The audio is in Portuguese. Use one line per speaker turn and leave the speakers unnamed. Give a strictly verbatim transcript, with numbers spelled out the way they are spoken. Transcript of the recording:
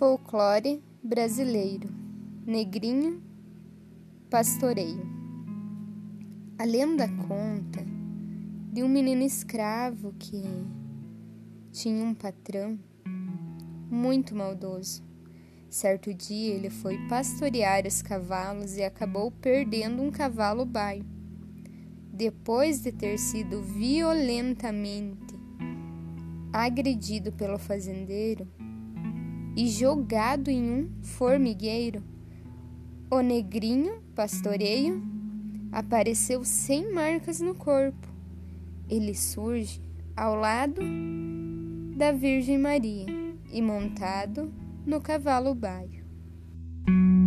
Folclore brasileiro, negrinho, pastoreio. A lenda conta de um menino escravo que tinha um patrão muito maldoso. Certo dia ele foi pastorear os cavalos e acabou perdendo um cavalo baio. Depois de ter sido violentamente agredido pelo fazendeiro e jogado em um formigueiro, o negrinho pastoreio apareceu sem marcas no corpo. Ele surge ao lado da Virgem Maria e montado no cavalo baio.